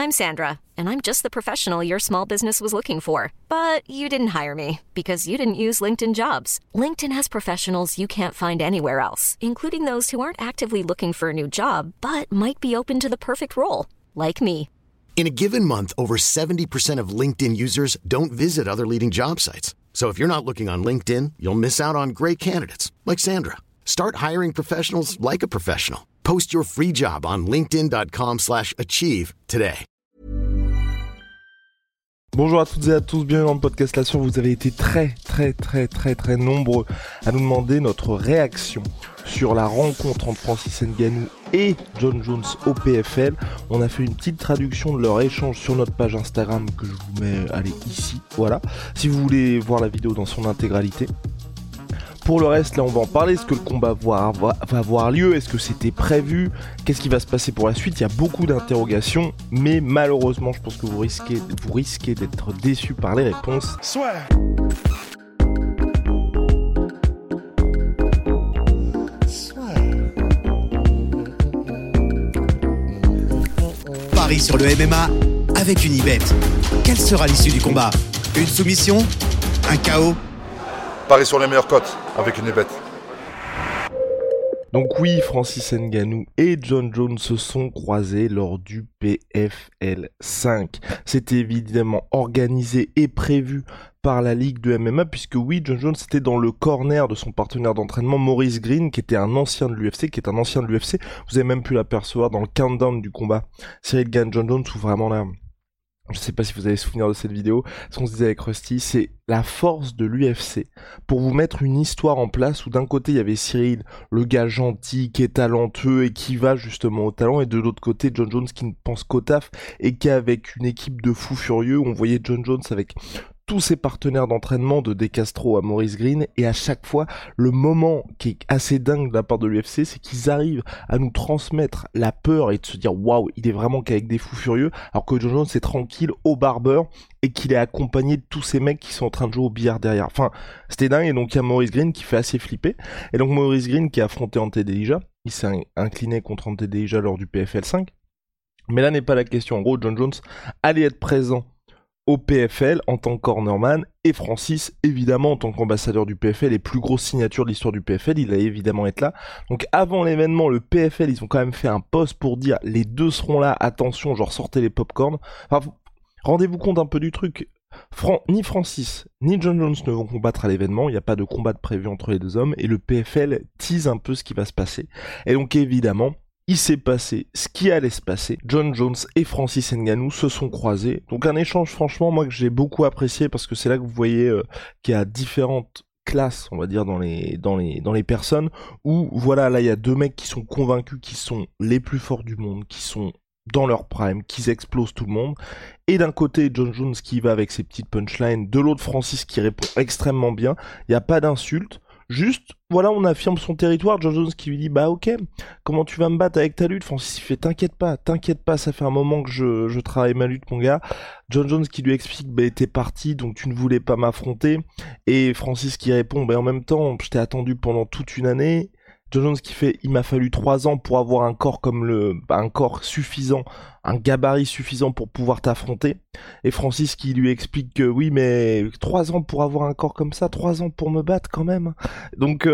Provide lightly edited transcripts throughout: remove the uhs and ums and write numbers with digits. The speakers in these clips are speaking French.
I'm Sandra, and I'm just the professional your small business was looking for. But you didn't hire me because you didn't use LinkedIn Jobs. LinkedIn has professionals you can't find anywhere else, including those who aren't actively looking for a new job, but might be open to the perfect role, like me. In a given month, over 70% of LinkedIn users don't visit other leading job sites. So if you're not looking on LinkedIn, you'll miss out on great candidates like Sandra. Start hiring professionals like a professional. Post your free job on linkedin.com/achieve today. Bonjour à toutes et à tous, bienvenue dans le podcast La Sueur. Vous avez été très nombreux à nous demander notre réaction sur la rencontre entre Francis Ngannou et Jon Jones au PFL. On a fait une petite traduction de leur échange sur notre page Instagram que je vous mets, ici, voilà, si vous voulez voir la vidéo dans son intégralité. Pour le reste, là, on va en parler. Est-ce que le combat va avoir lieu? Est-ce que c'était prévu? Qu'est-ce qui va se passer pour la suite? Il y a beaucoup d'interrogations, mais malheureusement, je pense que vous risquez d'être déçus par les réponses. Soit. Paris sur le MMA avec Unibet. Quelle sera l'issue du combat? Une soumission? Un KO? Paris sur les meilleures cotes avec Unibet. Donc oui, Francis Ngannou et Jon Jones se sont croisés lors du PFL 5. C'était évidemment organisé et prévu par la Ligue de MMA, puisque oui, Jon Jones était dans le corner de son partenaire d'entraînement Maurice Greene, qui était un ancien de l'UFC, Vous avez même pu l'apercevoir dans le countdown du combat Cyril Gane Jon Jones, où vraiment là... Je sais pas si vous avez souvenir de cette vidéo, ce qu'on se disait avec Rusty, c'est la force de l'UFC pour vous mettre une histoire en place où d'un côté il y avait Cyril, le gars gentil, qui est talentueux et qui va justement au talent, et de l'autre côté Jon Jones qui ne pense qu'au taf et qui est avec une équipe de fous furieux. On voyait Jon Jones avec tous ses partenaires d'entraînement, de De Castro à Maurice Greene, et à chaque fois, le moment qui est assez dingue de la part de l'UFC, c'est qu'ils arrivent à nous transmettre la peur et de se dire waouh, il est vraiment qu'avec des fous furieux, alors que Jon Jones est tranquille au barbeur et qu'il est accompagné de tous ces mecs qui sont en train de jouer au billard derrière. Enfin, c'était dingue. Et donc il y a Maurice Greene qui fait assez flipper, et donc Maurice Greene qui a affronté Ante Delija, il s'est incliné contre Ante Delija lors du PFL 5, mais là n'est pas la question. En gros, Jon Jones allait être présent au PFL en tant que cornerman, et Francis, évidemment, en tant qu'ambassadeur du PFL et plus grosse signature de l'histoire du PFL, il allait évidemment être là. Donc avant l'événement, le PFL, ils ont quand même fait un post pour dire les deux seront là, attention, genre sortez les popcorn. Enfin, rendez-vous compte un peu du truc. Ni Francis ni Jon Jones ne vont combattre à l'événement, il n'y a pas de combat de prévu entre les deux hommes, et le PFL tease un peu ce qui va se passer. Et donc évidemment, il s'est passé ce qui allait se passer. Jon Jones et Francis Ngannou se sont croisés. Donc un échange franchement moi que j'ai beaucoup apprécié, parce que c'est là que vous voyez qu'il y a différentes classes, on va dire, dans les personnes, où voilà, là il y a deux mecs qui sont convaincus qu'ils sont les plus forts du monde, qui sont dans leur prime, qu'ils explosent tout le monde. Et d'un côté, Jon Jones qui va avec ses petites punchlines, de l'autre Francis qui répond extrêmement bien. Il n'y a pas d'insulte. Juste, voilà, on affirme son territoire. Jon Jones qui lui dit, bah ok, comment tu vas me battre avec ta lutte? Francis il fait, t'inquiète pas, ça fait un moment que je travaille ma lutte, mon gars. Jon Jones qui lui explique, bah t'es parti, donc tu ne voulais pas m'affronter. Et Francis qui répond, bah en même temps, je t'ai attendu pendant toute une année. Jon Jones qui fait, il m'a fallu 3 ans pour avoir un corps un corps suffisant, un gabarit suffisant pour pouvoir t'affronter. Et Francis qui lui explique que oui, mais 3 ans pour avoir un corps comme ça, 3 ans pour me battre quand même. Donc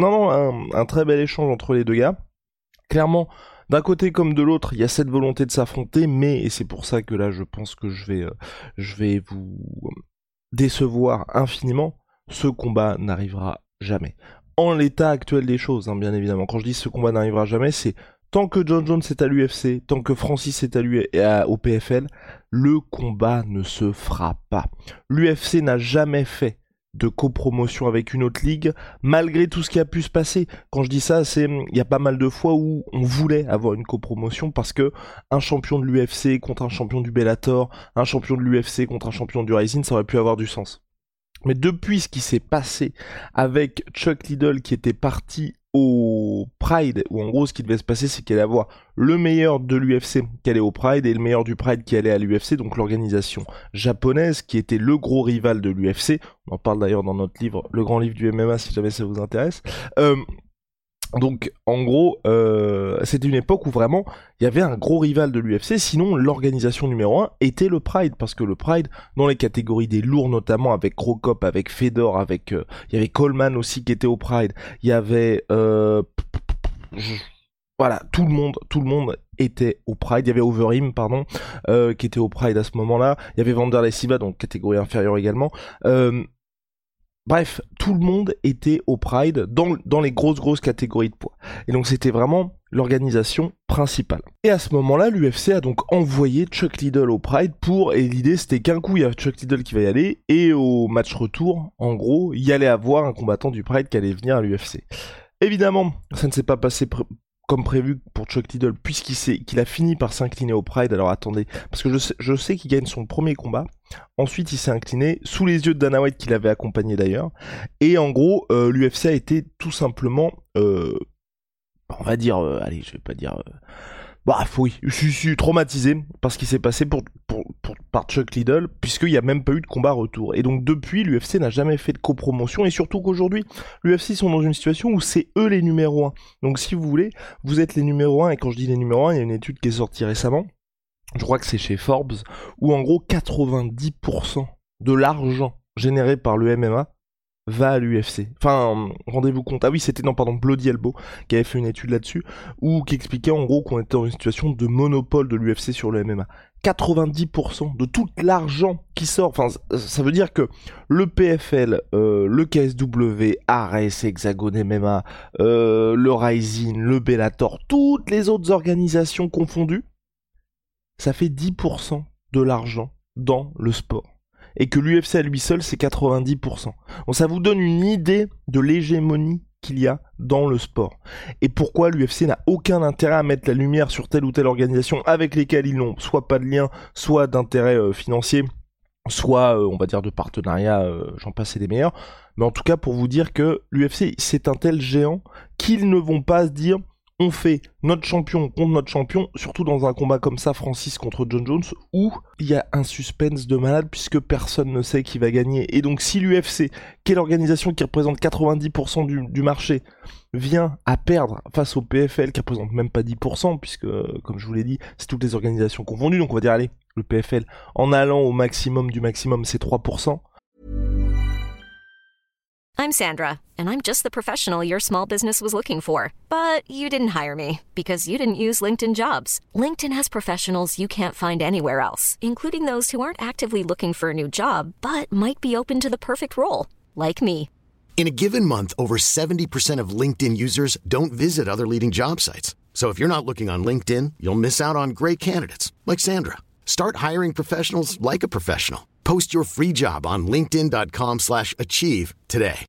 un très bel échange entre les deux gars. Clairement, d'un côté comme de l'autre, il y a cette volonté de s'affronter, mais, et c'est pour ça que là je pense que je vais vous décevoir infiniment, ce combat n'arrivera jamais. En l'état actuel des choses, bien évidemment. Quand je dis ce combat n'arrivera jamais, c'est tant que Jon Jones est à l'UFC, tant que Francis est au PFL, le combat ne se fera pas. L'UFC n'a jamais fait de copromotion avec une autre ligue, malgré tout ce qui a pu se passer. Quand je dis ça, il y a pas mal de fois où on voulait avoir une copromotion parce que un champion de l'UFC contre un champion du Bellator, un champion de l'UFC contre un champion du Rising, ça aurait pu avoir du sens. Mais depuis ce qui s'est passé avec Chuck Liddell qui était parti au Pride, où en gros ce qui devait se passer c'est qu'il allait avoir le meilleur de l'UFC qui allait au Pride et le meilleur du Pride qui allait à l'UFC, donc l'organisation japonaise qui était le gros rival de l'UFC. On en parle d'ailleurs dans notre livre, le grand livre du MMA, si jamais ça vous intéresse. Donc en gros, c'était une époque où vraiment il y avait un gros rival de l'UFC, sinon l'organisation numéro 1 était le Pride, parce que le Pride, dans les catégories des lourds notamment, avec Crocop, avec Fedor, avec il y avait Coleman aussi qui était au Pride, il y avait voilà, tout le monde était au Pride. Il y avait Overeem, qui était au Pride à ce moment-là. Il y avait Wanderlei Silva, donc catégorie inférieure également. Bref, tout le monde était au Pride dans les grosses catégories de poids. Et donc c'était vraiment l'organisation principale. Et à ce moment-là, l'UFC a donc envoyé Chuck Liddell au Pride et l'idée c'était qu'un coup il y a Chuck Liddell qui va y aller, et au match retour, en gros, il y allait avoir un combattant du Pride qui allait venir à l'UFC. Évidemment, ça ne s'est pas passé comme prévu pour Chuck Liddell, puisqu'il a fini par s'incliner au Pride. Alors attendez, parce que je sais qu'il gagne son premier combat. Ensuite, il s'est incliné sous les yeux de Dana White, qui l'avait accompagné d'ailleurs. Et en gros, l'UFC a été tout simplement, on va dire, allez, je vais pas dire... oui, je suis traumatisé par ce qui s'est passé par Chuck Liddell, puisqu'il n'y a même pas eu de combat retour. Et donc depuis, l'UFC n'a jamais fait de copromotion, et surtout qu'aujourd'hui, l'UFC sont dans une situation où c'est eux les numéros 1. Donc si vous voulez, vous êtes les numéros 1, et quand je dis les numéros 1, il y a une étude qui est sortie récemment, je crois que c'est chez Forbes, où en gros 90% de l'argent généré par le MMA va à l'UFC. Enfin, rendez-vous compte. Ah oui, c'était Bloody Elbow qui avait fait une étude là-dessus, qui expliquait en gros qu'on était dans une situation de monopole de l'UFC sur le MMA. 90% de tout l'argent qui sort, enfin ça veut dire que le PFL, le KSW, Ares, Hexagon MMA, le Rising, le Bellator, toutes les autres organisations confondues, ça fait 10% de l'argent dans le sport. Et que l'UFC à lui seul, c'est 90%. Donc ça vous donne une idée de l'hégémonie qu'il y a dans le sport. Et pourquoi l'UFC n'a aucun intérêt à mettre la lumière sur telle ou telle organisation avec lesquelles ils n'ont soit pas de lien, soit d'intérêt financier, soit, on va dire, de partenariat, j'en passe et des meilleurs. Mais en tout cas, pour vous dire que l'UFC, c'est un tel géant qu'ils ne vont pas se dire... On fait notre champion contre notre champion, surtout dans un combat comme ça, Francis contre Jon Jones, où il y a un suspense de malade puisque personne ne sait qui va gagner. Et donc si l'UFC, qui est l'organisation qui représente 90% du marché, vient à perdre face au PFL qui représente même pas 10%, puisque comme je vous l'ai dit, c'est toutes les organisations confondues, donc on va dire allez, le PFL, en allant au maximum du maximum, c'est 3%. I'm Sandra, and I'm just the professional your small business was looking for. But you didn't hire me, because you didn't use LinkedIn Jobs. LinkedIn has professionals you can't find anywhere else, including those who aren't actively looking for a new job, but might be open to the perfect role, like me. In a given month, over 70% of LinkedIn users don't visit other leading job sites. So if you're not looking on LinkedIn, you'll miss out on great candidates, like Sandra. Start hiring professionals like a professional. Post your free job on linkedin.com/achieve today.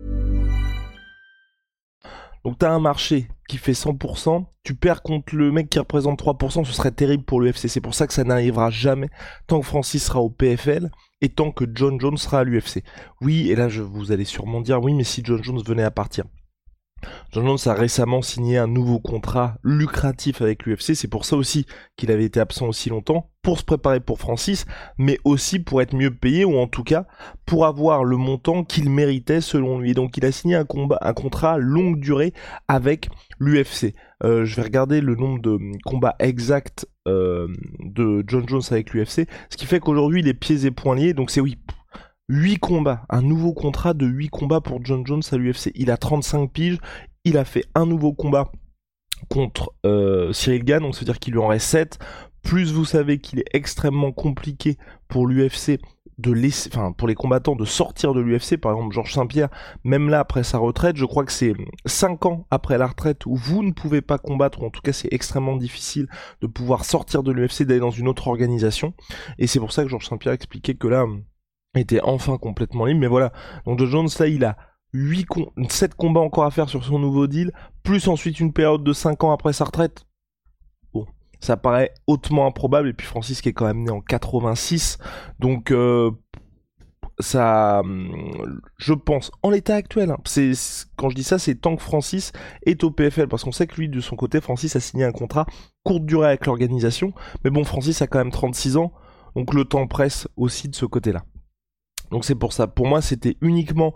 Donc t'as un marché qui fait 100%, tu perds contre le mec qui représente 3%, ce serait terrible pour l'UFC. C'est pour ça que ça n'arrivera jamais tant que Francis sera au PFL et tant que Jon Jones sera à l'UFC. Oui, et là vous allez sûrement dire, oui, mais si Jon Jones venait à partir. Jon Jones a récemment signé un nouveau contrat lucratif avec l'UFC, c'est pour ça aussi qu'il avait été absent aussi longtemps, pour se préparer pour Francis, mais aussi pour être mieux payé, ou en tout cas pour avoir le montant qu'il méritait selon lui. Et donc il a signé un contrat longue durée avec l'UFC. Je vais regarder le nombre de combats exacts de Jon Jones avec l'UFC, ce qui fait qu'aujourd'hui il est pieds et poings liés, donc c'est 8 combats, un nouveau contrat de 8 combats pour Jon Jones à l'UFC. Il a 35 piges, il a fait un nouveau combat contre Cyril Gane, donc ça veut dire qu'il lui en reste 7. Plus vous savez qu'il est extrêmement compliqué pour l'UFC pour les combattants de sortir de l'UFC, par exemple Georges Saint-Pierre, même là après sa retraite, je crois que c'est 5 ans après la retraite où vous ne pouvez pas combattre, ou en tout cas c'est extrêmement difficile de pouvoir sortir de l'UFC, d'aller dans une autre organisation, et c'est pour ça que Georges Saint-Pierre expliquait que là était enfin complètement libre. Mais voilà, donc Jon Jones là il a 7 combats encore à faire sur son nouveau deal, plus ensuite une période de 5 ans après sa retraite. Bon, ça paraît hautement improbable, et puis Francis qui est quand même né en 86, donc ça, je pense, en l'état actuel, quand je dis ça, c'est tant que Francis est au PFL, parce qu'on sait que lui, de son côté, Francis a signé un contrat courte durée avec l'organisation, mais bon, Francis a quand même 36 ans, donc le temps presse aussi de ce côté-là. Donc c'est pour ça, pour moi c'était uniquement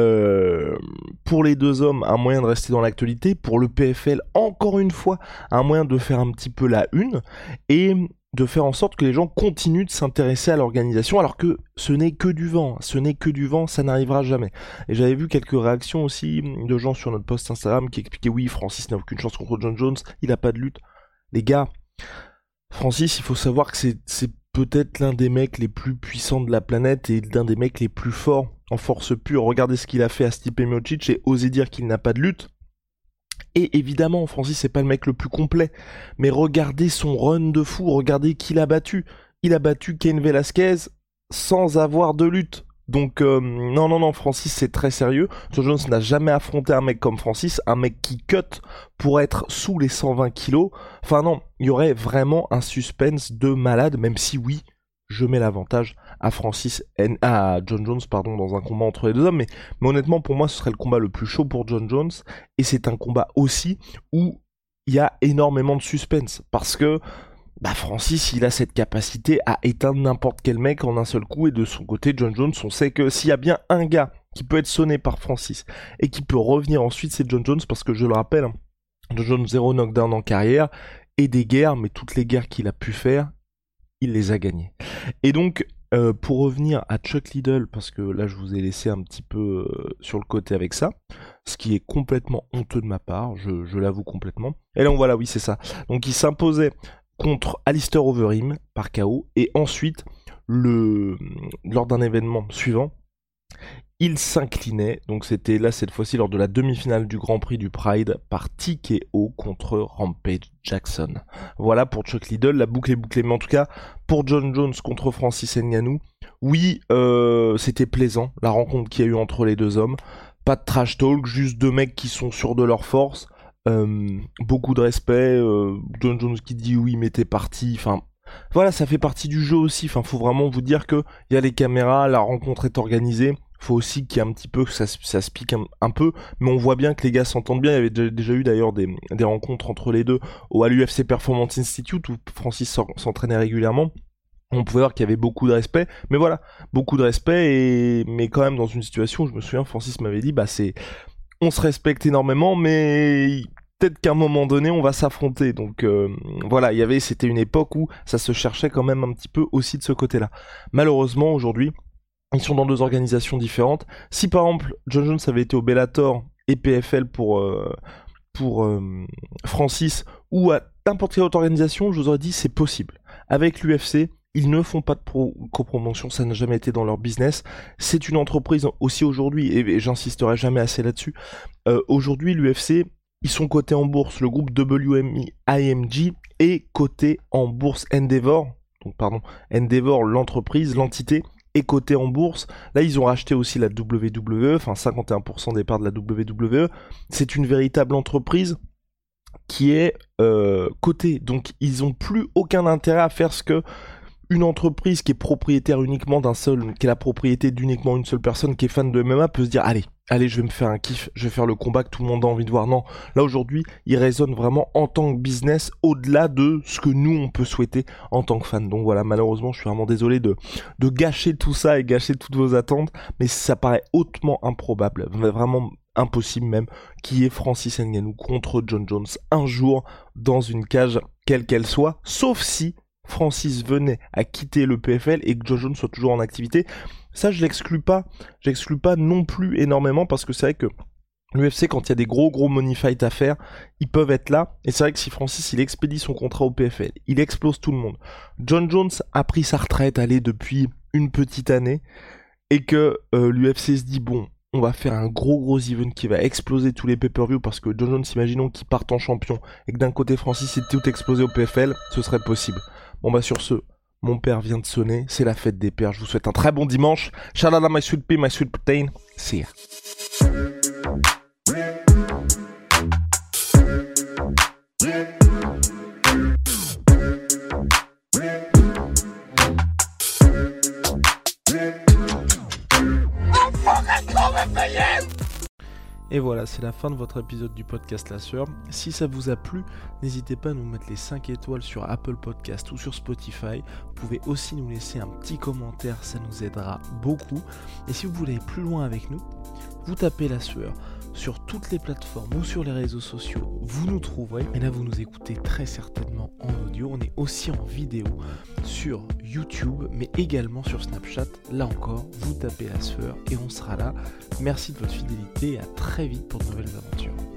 pour les deux hommes un moyen de rester dans l'actualité, pour le PFL encore une fois un moyen de faire un petit peu la une et de faire en sorte que les gens continuent de s'intéresser à l'organisation alors que ce n'est que du vent, ça n'arrivera jamais. Et j'avais vu quelques réactions aussi de gens sur notre post Instagram qui expliquaient oui, Francis n'a aucune chance contre Jon Jones, il a pas de lutte. Les gars, Francis, il faut savoir que c'est peut-être l'un des mecs les plus puissants de la planète et l'un des mecs les plus forts en force pure. Regardez ce qu'il a fait à Stipe Miocic et osez dire qu'il n'a pas de lutte. Et évidemment, Francis c'est pas le mec le plus complet, mais regardez son run de fou, regardez qui l'a battu. Il a battu Cain Velasquez sans avoir de lutte. Donc non, Francis c'est très sérieux. Jon Jones n'a jamais affronté un mec comme Francis, un mec qui cut pour être sous les 120 kilos. Enfin non, il y aurait vraiment un suspense de malade, même si oui, je mets l'avantage à Jon Jones dans un combat entre les deux hommes. Mais honnêtement, pour moi, ce serait le combat le plus chaud pour Jon Jones. Et c'est un combat aussi où il y a énormément de suspense. Parce que Francis, il a cette capacité à éteindre n'importe quel mec en un seul coup. Et de son côté, Jon Jones, on sait que s'il y a bien un gars qui peut être sonné par Francis et qui peut revenir ensuite, c'est Jon Jones. Parce que je le rappelle, Jon Jones 0 knockdown en carrière et des guerres, mais toutes les guerres qu'il a pu faire, il les a gagnées. Et donc, pour revenir à Chuck Liddell, parce que là je vous ai laissé un petit peu sur le côté avec ça, ce qui est complètement honteux de ma part, je l'avoue complètement. Et là on voit là, oui c'est ça. Donc il s'imposait contre Alistair Overeem par KO, et ensuite, lors d'un événement suivant, il s'inclinait, donc c'était là cette fois-ci lors de la demi-finale du Grand Prix du Pride par TKO contre Rampage Jackson. Voilà pour Chuck Liddell, la boucle est bouclée. Mais en tout cas, pour Jon Jones contre Francis Ngannou, oui, c'était plaisant, la rencontre qu'il y a eu entre les deux hommes. Pas de trash talk, juste deux mecs qui sont sûrs de leur force. Beaucoup de respect, Jon Jones qui dit oui mais t'es parti, enfin... Voilà, ça fait partie du jeu aussi, enfin faut vraiment vous dire que il y a les caméras, la rencontre est organisée. Faut aussi qu'il y ait un petit peu, que ça se pique un peu, mais on voit bien que les gars s'entendent bien. Il y avait déjà eu d'ailleurs des rencontres entre les deux à l'UFC Performance Institute où Francis s'entraînait régulièrement. On pouvait voir qu'il y avait beaucoup de respect, mais voilà, beaucoup de respect, mais quand même dans une situation où je me souviens, Francis m'avait dit, on se respecte énormément, mais peut-être qu'à un moment donné, on va s'affronter. Donc voilà, c'était une époque où ça se cherchait quand même un petit peu aussi de ce côté-là. Malheureusement, aujourd'hui, ils sont dans deux organisations différentes. Si par exemple Jon Jones avait été au Bellator et PFL pour Francis ou à n'importe quelle autre organisation, je vous aurais dit c'est possible. Avec l'UFC, ils ne font pas de copromotion, ça n'a jamais été dans leur business. C'est une entreprise aussi aujourd'hui, et j'insisterai jamais assez là-dessus. Aujourd'hui, l'UFC, ils sont cotés en bourse. Le groupe WME IMG est coté en bourse Endeavor. Donc Endeavor, l'entreprise, l'entité, est coté en bourse. Là, ils ont racheté aussi la WWE, enfin 51% des parts de la WWE. C'est une véritable entreprise qui est cotée. Donc, ils n'ont plus aucun intérêt à faire ce que une entreprise qui est propriétaire uniquement qui est la propriété d'uniquement une seule personne qui est fan de MMA peut se dire allez, je vais me faire un kiff, je vais faire le combat que tout le monde a envie de voir. Non, là aujourd'hui, il résonne vraiment en tant que business au-delà de ce que nous on peut souhaiter en tant que fan. Donc voilà, malheureusement, je suis vraiment désolé de gâcher tout ça et gâcher toutes vos attentes, mais ça paraît hautement improbable, vraiment impossible même, qui est Francis Ngannou contre Jon Jones un jour dans une cage quelle qu'elle soit, sauf si Francis venait à quitter le PFL et que Jon Jones soit toujours en activité. Ça, je l'exclus pas non plus énormément parce que c'est vrai que l'UFC, quand il y a des gros money fight à faire, ils peuvent être là. Et c'est vrai que si Francis, il expédie son contrat au PFL, il explose tout le monde. Jon Jones a pris sa retraite, depuis une petite année, et que l'UFC se dit, bon, on va faire un gros event qui va exploser tous les pay-per-view parce que Jon Jones, imaginons qu'il parte en champion et que d'un côté Francis est tout explosé au PFL, ce serait possible. Bon sur ce, mon père vient de sonner, c'est la fête des pères, je vous souhaite un très bon dimanche. Shout out à my sweet pea, my sweet protein, see ya. Et voilà, c'est la fin de votre épisode du podcast La Sueur. Si ça vous a plu, n'hésitez pas à nous mettre les 5 étoiles sur Apple Podcast ou sur Spotify. Vous pouvez aussi nous laisser un petit commentaire, ça nous aidera beaucoup. Et si vous voulez aller plus loin avec nous, vous tapez La Sueur sur toutes les plateformes ou sur les réseaux sociaux, vous nous trouverez. Et là, vous nous écoutez très certainement en audio. On est aussi en vidéo sur YouTube, mais également sur Snapchat. Là encore, vous tapez La Sueur et on sera là. Merci de votre fidélité et à très vite pour de nouvelles aventures.